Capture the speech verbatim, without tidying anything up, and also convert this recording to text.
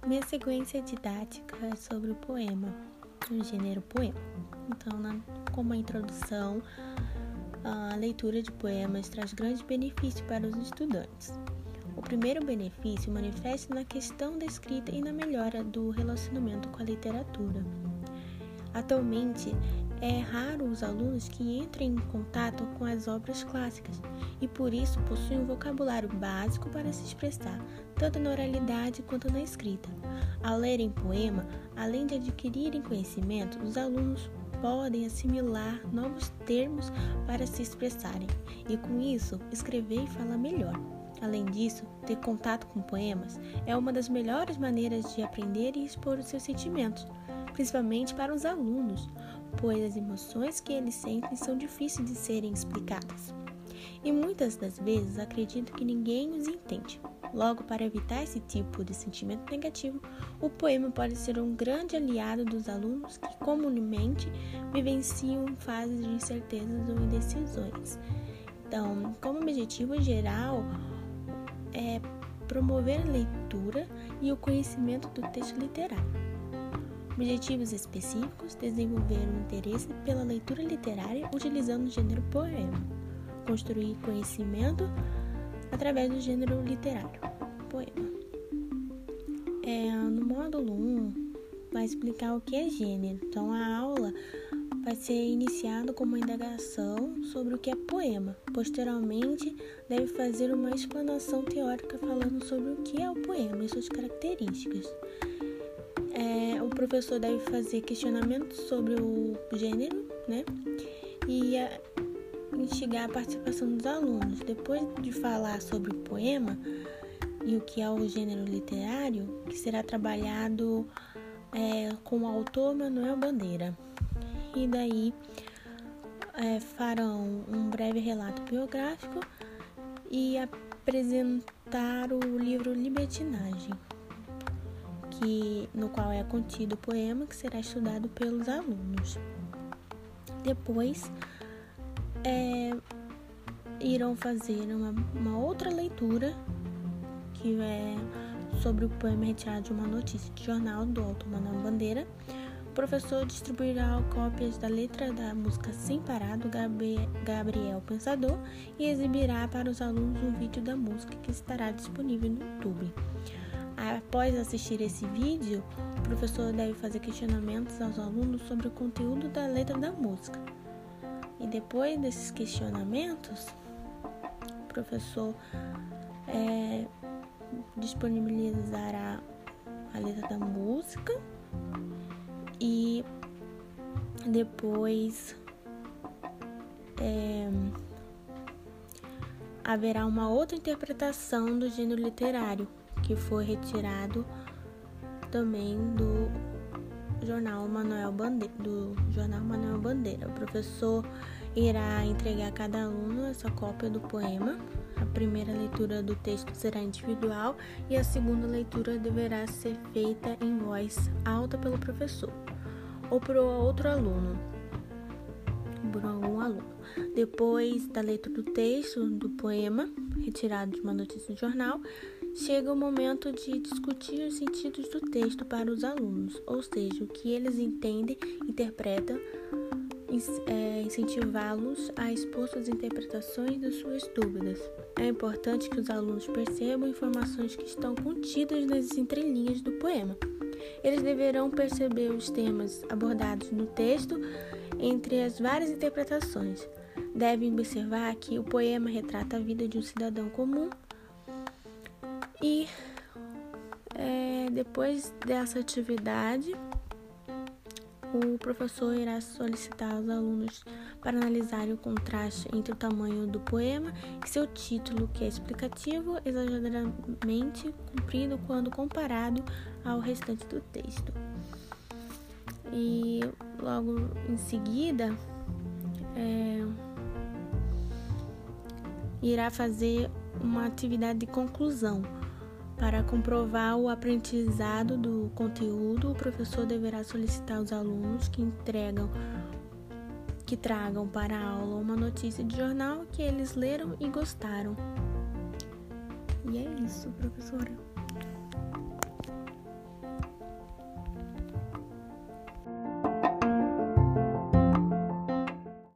Minha sequência didática é sobre o poema, o gênero poema. Então, na, como a introdução, a leitura de poemas traz grandes benefícios para os estudantes. O primeiro benefício manifesta na questão da escrita e na melhora do relacionamento com a literatura. Atualmente, é raro os alunos que entrem em contato com as obras clássicas e, por isso, possuem um vocabulário básico para se expressar, tanto na oralidade quanto na escrita. Ao lerem poema, além de adquirirem conhecimento, os alunos podem assimilar novos termos para se expressarem e, com isso, escrever e falar melhor. Além disso, ter contato com poemas é uma das melhores maneiras de aprender e expor os seus sentimentos, principalmente para os alunos, pois as emoções que eles sentem são difíceis de serem explicadas. E muitas das vezes acredito que ninguém os entende. Logo, para evitar esse tipo de sentimento negativo, o poema pode ser um grande aliado dos alunos que comumente vivenciam fases de incertezas ou indecisões. Então, como objetivo geral, é promover a leitura e o conhecimento do texto literário. Objetivos específicos: desenvolver o interesse pela leitura literária utilizando o gênero poema. Construir conhecimento através do gênero literário, poema. É, no módulo um, vai explicar o que é gênero. Então, a aula vai ser iniciada com uma indagação sobre o que é poema. Posteriormente, deve fazer uma explanação teórica falando sobre o que é o poema e suas características. É, o professor deve fazer questionamentos sobre o gênero, né? E a, instigar a participação dos alunos. Depois de falar sobre o poema e o que é o gênero literário, que será trabalhado é, com o autor Manuel Bandeira. E daí é, farão um breve relato biográfico e apresentar o livro Libertinagem, que, no qual é contido o poema que será estudado pelos alunos. Depois, é, irão fazer uma, uma outra leitura, que é sobre o poema retirado de uma notícia de jornal do autor Manuel Bandeira. O professor distribuirá cópias da letra da música Sem Parar, do Gabriel Pensador, e exibirá para os alunos um vídeo da música que estará disponível no YouTube. Após assistir esse vídeo, o professor deve fazer questionamentos aos alunos sobre o conteúdo da letra da música. E depois desses questionamentos, o professor é, disponibilizará a letra da música e depois é, haverá uma outra interpretação do gênero literário, que foi retirado também do jornal Manuel Bandeira, do jornal Manuel Bandeira. O professor irá entregar a cada aluno essa cópia do poema. A primeira leitura do texto será individual e a segunda leitura deverá ser feita em voz alta pelo professor ou por outro aluno, por algum aluno. Depois da leitura do texto do poema, retirado de uma notícia do jornal, chega o momento de discutir os sentidos do texto para os alunos, ou seja, o que eles entendem, interpretam, incentivá-los a expor suas interpretações e suas dúvidas. É importante que os alunos percebam informações que estão contidas nas entrelinhas do poema. Eles deverão perceber os temas abordados no texto entre as várias interpretações. Devem observar que o poema retrata a vida de um cidadão comum e é, depois dessa atividade, o professor irá solicitar aos alunos para analisarem o contraste entre o tamanho do poema e seu título, que é explicativo, exageradamente comprido quando comparado ao restante do texto. E logo em seguida, é, irá fazer uma atividade de conclusão. Para comprovar o aprendizado do conteúdo, o professor deverá solicitar aos alunos que entregam, que tragam para a aula uma notícia de jornal que eles leram e gostaram. E é isso, professora.